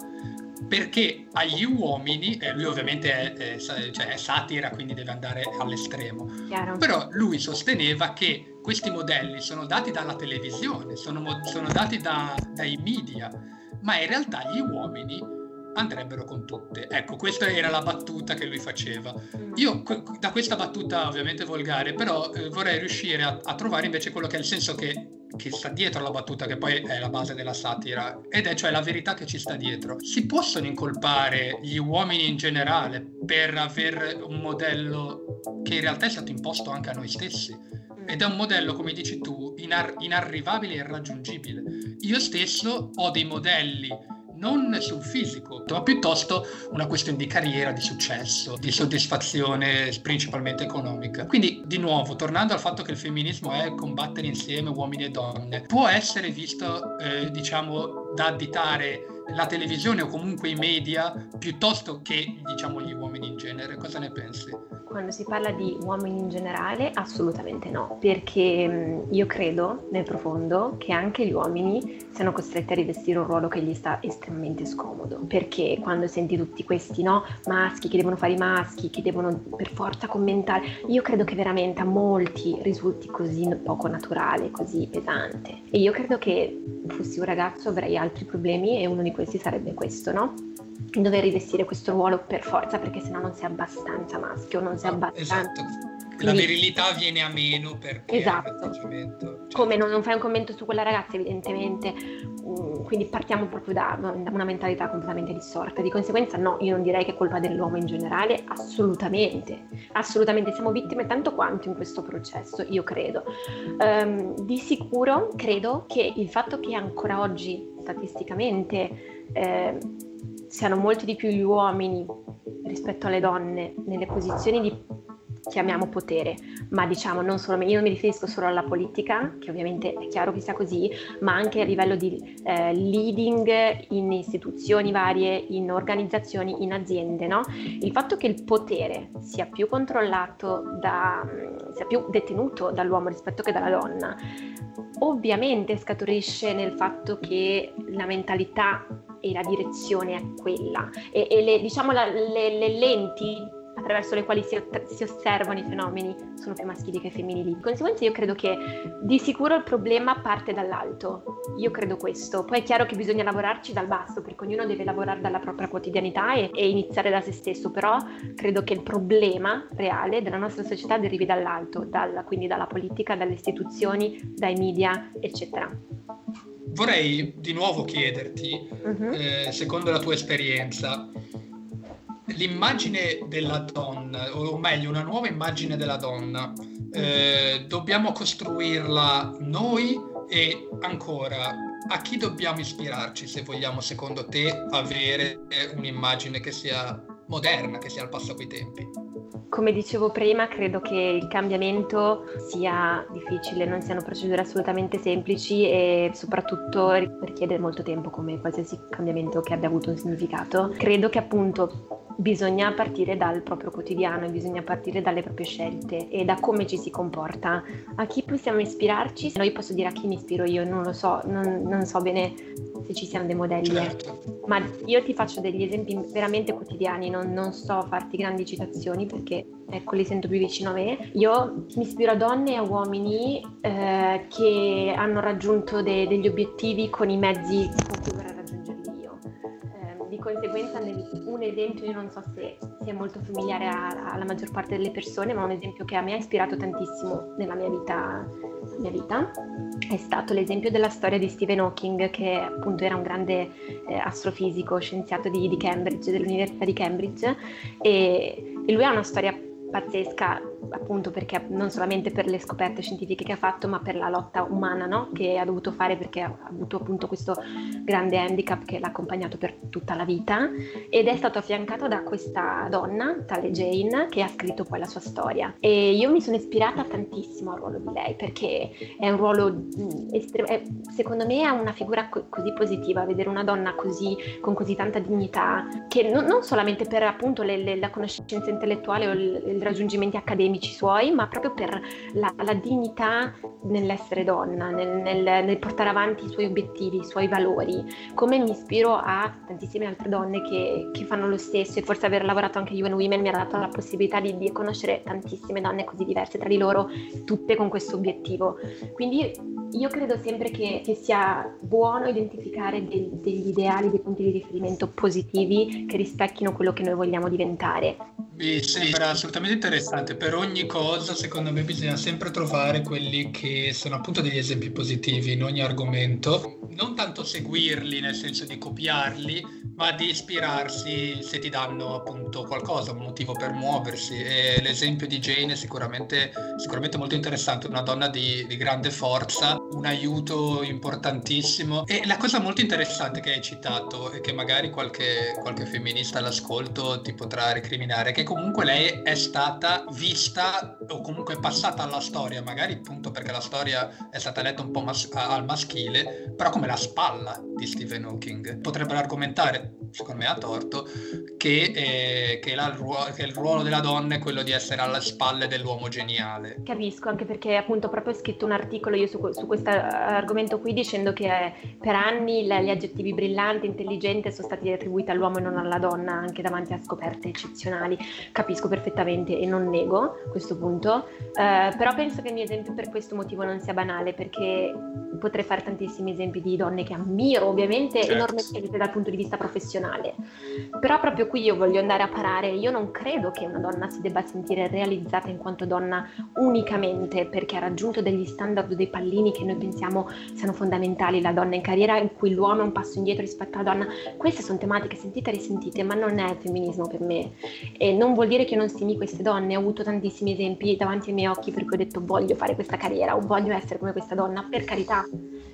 perché agli uomini, eh, lui ovviamente è, è, cioè è satira, quindi deve andare all'estremo, Chiaro. Però lui sosteneva che questi modelli sono dati dalla televisione, sono, sono dati da, dai media, ma in realtà gli uomini andrebbero con tutte. Ecco, questa era la battuta che lui faceva. Io da questa battuta ovviamente volgare, però eh, vorrei riuscire a, a trovare invece quello che è il senso che, che sta dietro la battuta, che poi è la base della satira, ed è cioè la verità che ci sta dietro. Si possono incolpare gli uomini in generale per aver un modello che in realtà è stato imposto anche a noi stessi, ed è un modello, come dici tu, inar- inarrivabile e irraggiungibile. Io stesso ho dei modelli non sul fisico, ma piuttosto una questione di carriera, di successo, di soddisfazione principalmente economica. Quindi, di nuovo, tornando al fatto che il femminismo è combattere insieme uomini e donne, può essere visto, eh, diciamo, da additare la televisione o comunque i media piuttosto che, diciamo, gli uomini in genere. Cosa ne pensi? Quando si parla di uomini in generale, assolutamente no, perché mh, io credo nel profondo che anche gli uomini siano costretti a rivestire un ruolo che gli sta estremamente scomodo, perché quando senti tutti questi no maschi che devono fare i maschi, che devono per forza commentare, io credo che veramente a molti risulti così poco naturale, così pesante. E io credo che fossi un ragazzo avrei altri problemi e uno di questi sarebbe questo, no? Dover rivestire questo ruolo per forza, perché sennò non sei abbastanza maschio, non sei abbastanza... Esatto. La virilità viene a meno perché esatto. è un atteggiamento, certo. Come non, non fai un commento su quella ragazza, evidentemente, um, quindi partiamo proprio da, da una mentalità completamente distorta. Di conseguenza no, io non direi che è colpa dell'uomo in generale, assolutamente, assolutamente, siamo vittime tanto quanto in questo processo, io credo. Um, di sicuro credo che il fatto che ancora oggi statisticamente eh, siano molti di più gli uomini rispetto alle donne nelle posizioni di, chiamiamo, potere, ma diciamo non solo, io non mi riferisco solo alla politica, che ovviamente è chiaro che sia così, ma anche a livello di eh, leading in istituzioni varie, in organizzazioni, in aziende, no? Il fatto che il potere sia più controllato da, sia più detenuto dall'uomo rispetto che dalla donna, ovviamente scaturisce nel fatto che la mentalità e la direzione è quella e, e le, diciamo la, le, le lenti attraverso le quali si, si osservano i fenomeni sono più maschili che femminili. Di conseguenza io credo che di sicuro il problema parte dall'alto, io credo questo. Poi è chiaro che bisogna lavorarci dal basso, perché ognuno deve lavorare dalla propria quotidianità e, e iniziare da se stesso, però credo che il problema reale della nostra società derivi dall'alto, dalla, quindi dalla politica, dalle istituzioni, dai media, eccetera. Vorrei di nuovo chiederti, uh-huh. eh, secondo la tua esperienza, l'immagine della donna, o meglio una nuova immagine della donna, eh, dobbiamo costruirla noi e ancora a chi dobbiamo ispirarci se vogliamo, secondo te, avere un'immagine che sia moderna, che sia al passo coi tempi? Come dicevo prima, credo che il cambiamento sia difficile, non siano procedure assolutamente semplici e soprattutto richiede molto tempo, come qualsiasi cambiamento che abbia avuto un significato. Credo che appunto bisogna partire dal proprio quotidiano, bisogna partire dalle proprie scelte e da come ci si comporta. A chi possiamo ispirarci? No, io posso dire a chi mi ispiro io, non lo so, non, non so bene se ci siano dei modelli, certo. Ma io ti faccio degli esempi veramente quotidiani, non, non so farti grandi citazioni perché ecco li sento più vicino a me. Io mi ispiro a donne e a uomini eh, che hanno raggiunto de- degli obiettivi con i mezzi con cui vorrei raggiungerli io. Eh, di conseguenza nel, un esempio, io non so se sia molto familiare a, alla maggior parte delle persone, ma un esempio che a me ha ispirato tantissimo nella mia vita, mia vita è stato l'esempio della storia di Stephen Hawking, che appunto era un grande eh, astrofisico, scienziato di, di Cambridge, dell'Università di Cambridge, e, e lui ha una storia pazzesca, appunto perché non solamente per le scoperte scientifiche che ha fatto, ma per la lotta umana, no? Che ha dovuto fare, perché ha avuto appunto questo grande handicap che l'ha accompagnato per tutta la vita, ed è stato affiancato da questa donna, tale Jane, che ha scritto poi la sua storia. E io mi sono ispirata tantissimo al ruolo di lei, perché è un ruolo estre- secondo me è una figura co- così positiva, vedere una donna così, con così tanta dignità, che non, non solamente per appunto le, le, la conoscenza intellettuale o il, i raggiungimenti accademici suoi, ma proprio per la, la dignità nell'essere donna, nel, nel, nel portare avanti i suoi obiettivi, i suoi valori. Come mi ispiro a tantissime altre donne che, che fanno lo stesso, e forse aver lavorato anche a U N Women mi ha dato la possibilità di, di conoscere tantissime donne così diverse tra di loro, tutte con questo obiettivo. Quindi io credo sempre che, che sia buono identificare del, degli ideali, dei punti di riferimento positivi che rispecchino quello che noi vogliamo diventare. Mi sembra assolutamente interessante. Per ogni cosa, secondo me, bisogna sempre trovare quelli che sono appunto degli esempi positivi in ogni argomento, non tanto seguirli nel senso di copiarli, ma di ispirarsi se ti danno appunto qualcosa, un motivo per muoversi. E l'esempio di Jane è sicuramente, sicuramente molto interessante, una donna di, di grande forza, un aiuto importantissimo. E la cosa molto interessante che hai citato e che magari qualche, qualche femminista all'ascolto ti potrà recriminare, che comunque lei è stata vista o comunque passata alla storia, magari appunto perché la storia è stata letta un po' mas- al maschile, però come la spalla di Stephen Hawking. Potrebbero argomentare, secondo me a torto, che, eh, che, la, che il ruolo della donna è quello di essere alle spalle dell'uomo geniale. Capisco, anche perché appunto proprio ho scritto un articolo io su, su questo argomento qui, dicendo che per anni gli aggettivi brillante, intelligente sono stati attribuiti all'uomo e non alla donna, anche davanti a scoperte eccezionali. Capisco perfettamente e non nego questo punto, eh, però penso che il mio esempio per questo motivo non sia banale, perché potrei fare tantissimi esempi di donne che ammiro, ovviamente, certo, enormemente dal punto di vista professionale, però proprio qui io voglio andare a parare. Io non credo che una donna si debba sentire realizzata in quanto donna unicamente perché ha raggiunto degli standard, dei pallini che noi pensiamo siano fondamentali, la donna in carriera in cui l'uomo è un passo indietro rispetto alla donna. Queste sono tematiche sentite e risentite, ma non è il femminismo per me, e non vuol dire che io non stimi queste donne. Ho avuto tantissimi esempi davanti ai miei occhi per cui ho detto voglio fare questa carriera o voglio essere come questa donna, per carità.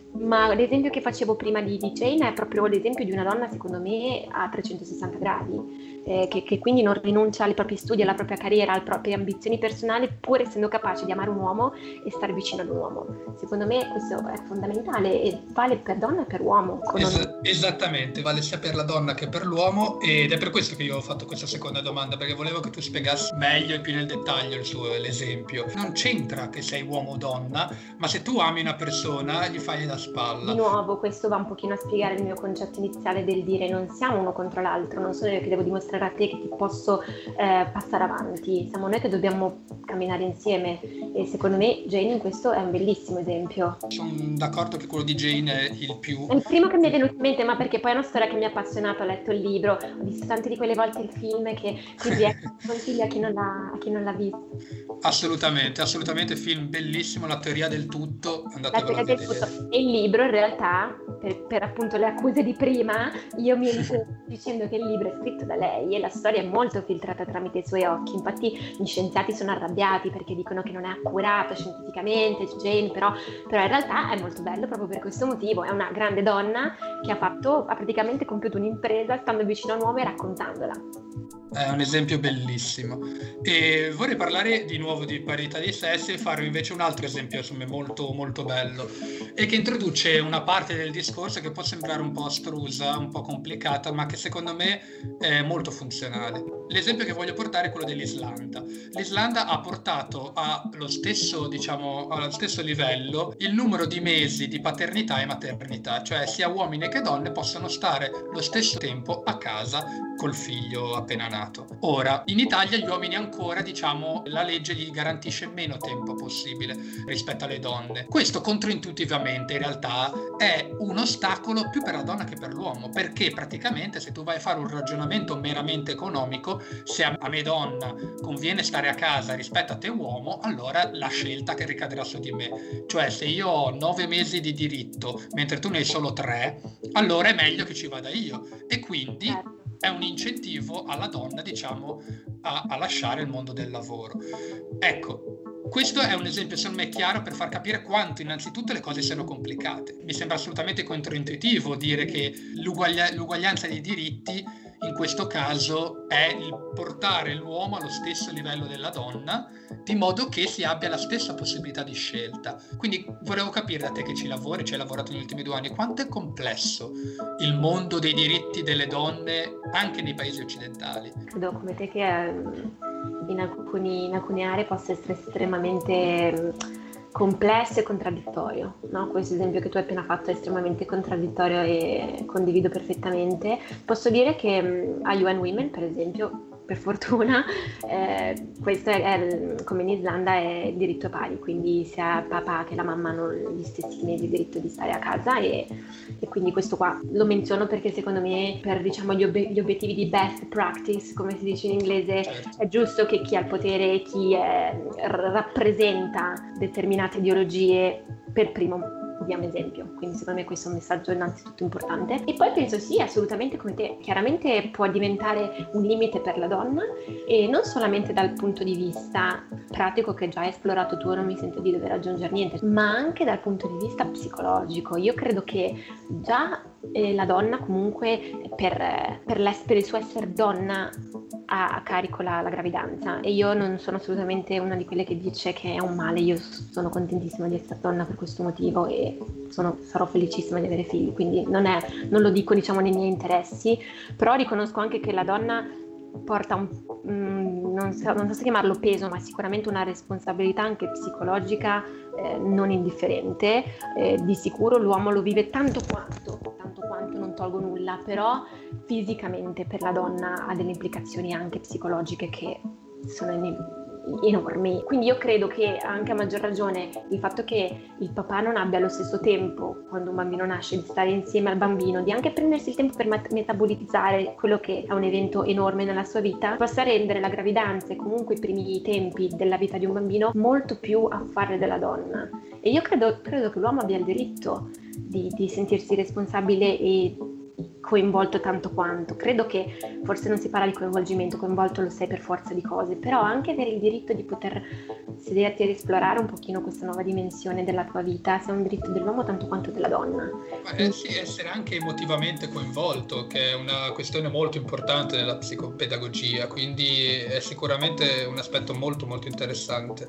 Ma l'esempio che facevo prima di, di Jane è proprio l'esempio di una donna, secondo me, a trecentosessanta gradi, eh, che, che quindi non rinuncia ai propri studi, alla propria carriera, alle proprie ambizioni personali, pur essendo capace di amare un uomo e stare vicino ad un uomo. Secondo me questo è fondamentale e vale per donna e per uomo. Es- esattamente, vale sia per la donna che per l'uomo, ed è per questo che io ho fatto questa seconda domanda, perché volevo che tu spiegassi meglio e più nel dettaglio il suo, l'esempio. Non c'entra che sei uomo o donna, ma se tu ami una persona gli fai da spalla. Di nuovo, questo va un pochino a spiegare il mio concetto iniziale del dire non siamo uno contro l'altro, non sono io che devo dimostrare a te che ti posso eh, passare avanti, siamo noi che dobbiamo camminare insieme, e secondo me Jane in questo è un bellissimo esempio. Sono d'accordo che quello di Jane è il più... È il primo che mi è venuto in mente, ma perché poi è una storia che mi ha appassionato, ho letto il libro, ho visto tante di quelle volte il film che così è, consiglio a chi non l'ha, a chi non l'ha visto. Assolutamente, assolutamente, film bellissimo, La teoria del tutto, andatevelo La a teoria del vedere. tutto. E il libro in realtà, per, per appunto le accuse di prima, io mi sto dicendo che il libro è scritto da lei e la storia è molto filtrata tramite i suoi occhi. Infatti gli scienziati sono arrabbiati perché dicono che non è accurato scientificamente Jane, però, però in realtà è molto bello proprio per questo motivo. È una grande donna che ha fatto, ha praticamente compiuto un'impresa stando vicino a un uomo e raccontandola. È un esempio bellissimo. E vorrei parlare di nuovo di parità di sessi e fare invece un altro esempio, insomma, molto molto bello, e che introduce una parte del discorso che può sembrare un po' astrusa, un po' complicata, ma che secondo me è molto funzionale. L'esempio che voglio portare è quello dell'Islanda. L'Islanda ha portato allo stesso, diciamo, allo stesso livello il numero di mesi di paternità e maternità, cioè sia uomini che donne possono stare lo stesso tempo a casa col figlio appena nato. Ora, in Italia gli uomini ancora, diciamo, la legge gli garantisce meno tempo possibile rispetto alle donne. Questo controintuitivamente in realtà è un ostacolo più per la donna che per l'uomo, perché praticamente se tu vai a fare un ragionamento meramente economico, se a me donna conviene stare a casa rispetto a te uomo, allora la scelta che ricadrà su di me. Cioè se io ho nove mesi di diritto mentre tu ne hai solo tre, allora è meglio che ci vada io, e quindi è un incentivo alla donna, diciamo, a, a lasciare il mondo del lavoro. Ecco, questo è un esempio, secondo me, chiaro per far capire quanto innanzitutto le cose siano complicate. Mi sembra assolutamente controintuitivo dire che l'uguaglia- l'uguaglianza dei diritti in questo caso è il portare l'uomo allo stesso livello della donna, di modo che si abbia la stessa possibilità di scelta. Quindi volevo capire da te che ci lavori, ci hai lavorato negli ultimi due anni, quanto è complesso il mondo dei diritti delle donne anche nei paesi occidentali. Credo come te che in alcuni, in alcune aree possa essere estremamente complesso e contraddittorio, no? Questo esempio che tu hai appena fatto è estremamente contraddittorio e condivido perfettamente. Posso dire che a U N Women, per esempio, per fortuna, eh, questo è, è, come in Islanda è il diritto pari, quindi sia il papà che la mamma hanno gli stessi mesi di diritto di stare a casa, e, e quindi questo qua lo menziono perché secondo me per, diciamo, gli, ob- gli obiettivi di best practice, come si dice in inglese, è giusto che chi ha il potere e chi è, r- rappresenta determinate ideologie per primo diamo esempio. Quindi secondo me questo è un messaggio innanzitutto importante. E poi penso sì, assolutamente come te, chiaramente può diventare un limite per la donna, e non solamente dal punto di vista pratico che già hai esplorato tu, non mi sento di dover aggiungere niente, ma anche dal punto di vista psicologico. Io credo che già eh, la donna comunque per, per, per il suo essere donna ha a carico la, la gravidanza, e io non sono assolutamente una di quelle che dice che è un male. Io sono contentissima di essere donna per questo motivo e sono, sarò felicissima di avere figli, quindi non, è, non lo dico, diciamo, nei miei interessi, però riconosco anche che la donna porta un, mm, non, so, non so se chiamarlo peso, ma sicuramente una responsabilità anche psicologica eh, non indifferente. Eh, di sicuro l'uomo lo vive tanto quanto, tanto quanto, non tolgo nulla, però fisicamente per la donna ha delle implicazioni anche psicologiche che sono in, enormi. Quindi io credo che anche a maggior ragione il fatto che il papà non abbia lo stesso tempo quando un bambino nasce di stare insieme al bambino, di anche prendersi il tempo per met- metabolizzare quello che è un evento enorme nella sua vita, possa rendere la gravidanza e comunque i primi tempi della vita di un bambino molto più affare della donna. E io credo, credo che l'uomo abbia il diritto di, di sentirsi responsabile e coinvolto tanto quanto. Credo che forse non si parla di coinvolgimento, coinvolto lo sei per forza di cose, però anche avere il diritto di poter sederti ed esplorare un pochino questa nuova dimensione della tua vita sia un diritto dell'uomo tanto quanto della donna. Ma eh sì, essere anche emotivamente coinvolto, che è una questione molto importante nella psicopedagogia, quindi è sicuramente un aspetto molto molto interessante.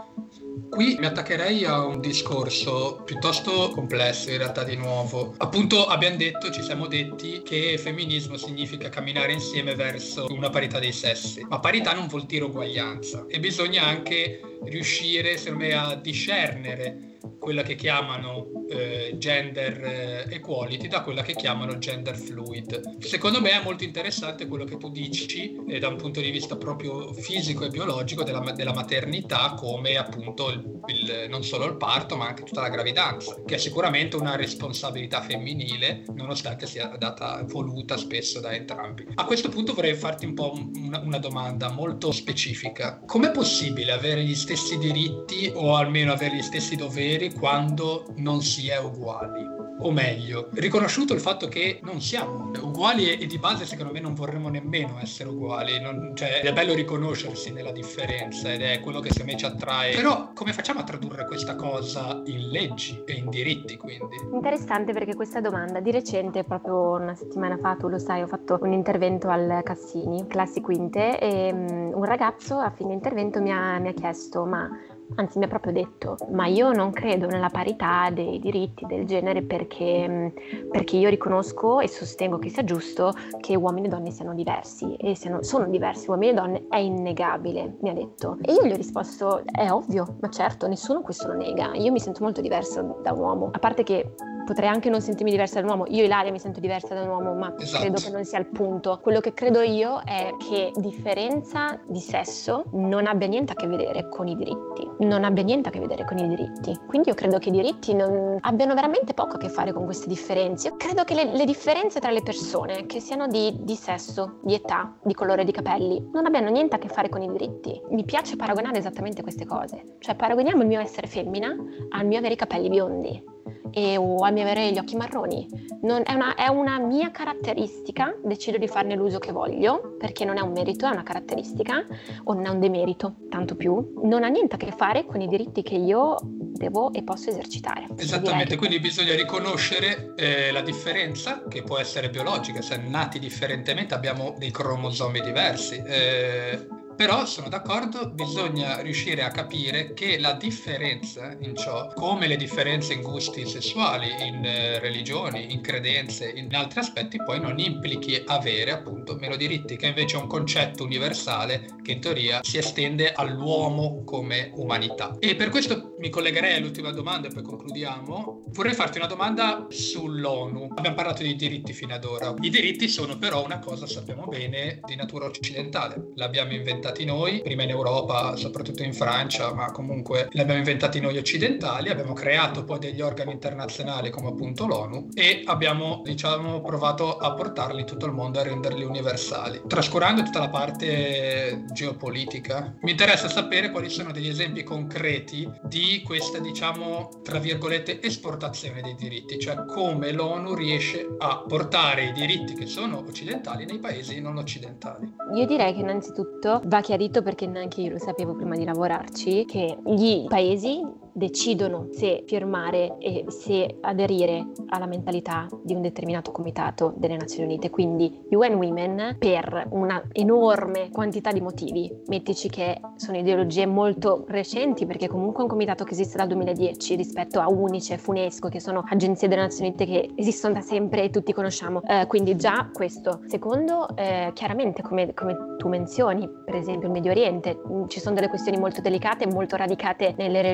Qui mi attaccherei a un discorso piuttosto complesso in realtà di nuovo. Appunto abbiamo detto, ci siamo detti che femminismo significa camminare insieme verso una parità dei sessi, ma parità non vuol dire uguaglianza e bisogna anche riuscire secondo me a discernere quella che chiamano eh, gender eh, equality da quella che chiamano gender fluid. Secondo me è molto interessante quello che tu dici eh, da un punto di vista proprio fisico e biologico della, della maternità, come appunto il, il, non solo il parto ma anche tutta la gravidanza, che è sicuramente una responsabilità femminile nonostante sia data voluta spesso da entrambi. A questo punto vorrei farti un po' una, una domanda molto specifica. Com'è possibile avere gli stessi diritti o almeno avere gli stessi doveri quando non si è uguali? O meglio, riconosciuto il fatto che non siamo uguali e, e di base secondo me non vorremmo nemmeno essere uguali, non, cioè è bello riconoscersi nella differenza ed è quello che secondo me ci attrae, però come facciamo a tradurre questa cosa in leggi e in diritti quindi? Interessante, perché questa domanda di recente, proprio una settimana fa, tu lo sai, ho fatto un intervento al Cassini, Classi Quinte, e um, un ragazzo a fine intervento mi ha, mi ha chiesto, ma anzi mi ha proprio detto, ma io non credo nella parità dei diritti del genere perché, perché io riconosco e sostengo che sia giusto che uomini e donne siano diversi, e siano, sono diversi uomini e donne, è innegabile, mi ha detto. E io gli ho risposto, è ovvio, ma certo, nessuno questo lo nega, io mi sento molto diverso da un uomo, a parte che potrei anche non sentirmi diversa da un uomo, io Ilaria mi sento diversa da un uomo, ma esatto, credo che non sia il punto. Quello che credo io è che differenza di sesso non abbia niente a che vedere con i diritti, non abbia niente a che vedere con i diritti. Quindi io credo che i diritti non abbiano veramente poco a che fare con queste differenze. Io credo che le, le differenze tra le persone, che siano di, di sesso, di età, di colore di capelli, non abbiano niente a che fare con i diritti. Mi piace paragonare esattamente queste cose, cioè paragoniamo il mio essere femmina al mio avere i capelli biondi e, o a mio avere gli occhi marroni. Non, è, una, è una mia caratteristica, decido di farne l'uso che voglio, perché non è un merito, è una caratteristica, o non è un demerito, tanto più. Non ha niente a che fare con i diritti che io devo e posso esercitare. Esattamente, quindi bisogna riconoscere eh, la differenza, che può essere biologica, se nati differentemente abbiamo dei cromosomi diversi. Eh... Però sono d'accordo, bisogna riuscire a capire che la differenza in ciò, come le differenze in gusti sessuali, in eh, religioni, in credenze, in altri aspetti, poi non implichi avere appunto meno diritti, che invece è un concetto universale che in teoria si estende all'uomo come umanità. E per questo mi collegherei all'ultima domanda e poi concludiamo. Vorrei farti una domanda sull'ONU. Abbiamo parlato di diritti fino ad ora. I diritti sono però una cosa, sappiamo bene, di natura occidentale. L'abbiamo inventata noi, prima in Europa, soprattutto in Francia, ma comunque li abbiamo inventati noi occidentali, abbiamo creato poi degli organi internazionali come appunto l'ONU e abbiamo, diciamo, provato a portarli in tutto il mondo, a renderli universali. Trascurando tutta la parte geopolitica, mi interessa sapere quali sono degli esempi concreti di questa, diciamo, tra virgolette, esportazione dei diritti, cioè come l'ONU riesce a portare i diritti che sono occidentali nei paesi non occidentali. Io direi che innanzitutto va chiarito, perché neanche io lo sapevo prima di lavorarci, che gli paesi decidono se firmare e se aderire alla mentalità di un determinato comitato delle Nazioni Unite. Quindi U N Women, per una enorme quantità di motivi, mettici che sono ideologie molto recenti, perché comunque è un comitato che esiste dal duemiladieci rispetto a UNICEF, UNESCO, che sono agenzie delle Nazioni Unite che esistono da sempre e tutti conosciamo, eh, quindi già questo. Secondo, eh, chiaramente come, come tu menzioni, per esempio il Medio Oriente, ci sono delle questioni molto delicate, molto radicate nelle religioni,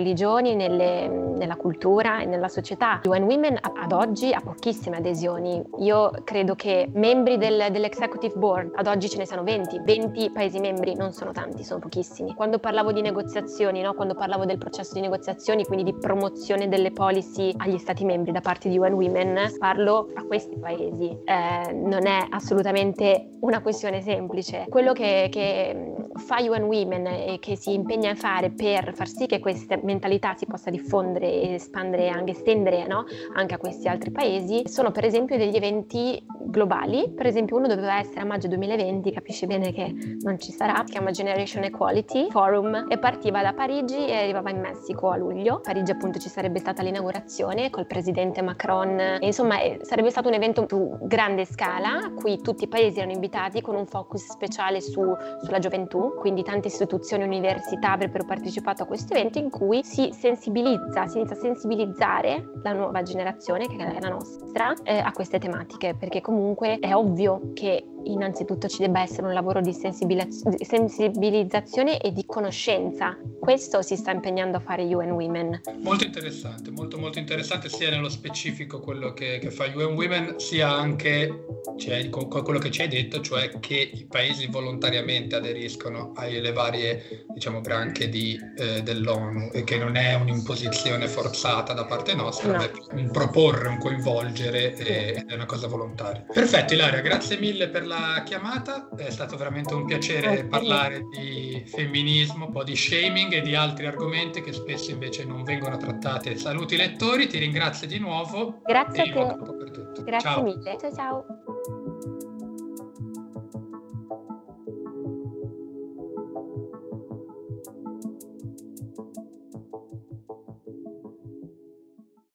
adesioni nelle, nella cultura e nella società. U N Women ad oggi ha pochissime adesioni. Io credo che membri del, dell'Executive Board ad oggi ce ne siano venti, venti paesi membri, non sono tanti, sono pochissimi. Quando parlavo di negoziazioni, no? Quando parlavo del processo di negoziazioni, quindi di promozione delle policy agli stati membri da parte di U N Women, parlo a questi paesi. Eh, non è assolutamente una questione semplice. Quello che, che fa U N Women e che si impegna a fare per far sì che questa mentalità si possa diffondere e espandere, anche estendere, no? Anche a questi altri paesi, sono per esempio degli eventi globali. Per esempio uno doveva essere a maggio duemilaventi, capisci bene che non ci sarà, si chiama Generation Equality Forum e partiva da Parigi e arrivava in Messico a luglio. A Parigi appunto ci sarebbe stata l'inaugurazione col presidente Macron e insomma eh, sarebbe stato un evento su grande scala a cui tutti i paesi erano invitati con un focus speciale su, sulla gioventù, quindi tante istituzioni, università avrebbero partecipato a questo evento in cui si sensibilizza, si inizia a sensibilizzare la nuova generazione, che è la nostra, eh, a queste tematiche, perché comunque è ovvio che innanzitutto ci debba essere un lavoro di sensibilizzazione e di conoscenza. Questo si sta impegnando a fare U N Women. Molto interessante, molto molto interessante sia nello specifico quello che, che fa U N Women, sia anche cioè, con, con quello che ci hai detto, cioè che i paesi volontariamente aderiscono alle varie, diciamo, branche di, eh, dell'ONU e che non è un'imposizione forzata da parte nostra, no. ma è un proporre, un coinvolgere sì. e, è una cosa volontaria. Perfetto Ilaria, grazie mille per la chiamata, è stato veramente un piacere parlare di femminismo, un po' di shaming e di altri argomenti che spesso invece non vengono trattati. Saluti lettori, ti ringrazio di nuovo. Grazie e a te. per tutto. Grazie ciao. mille. Ciao ciao.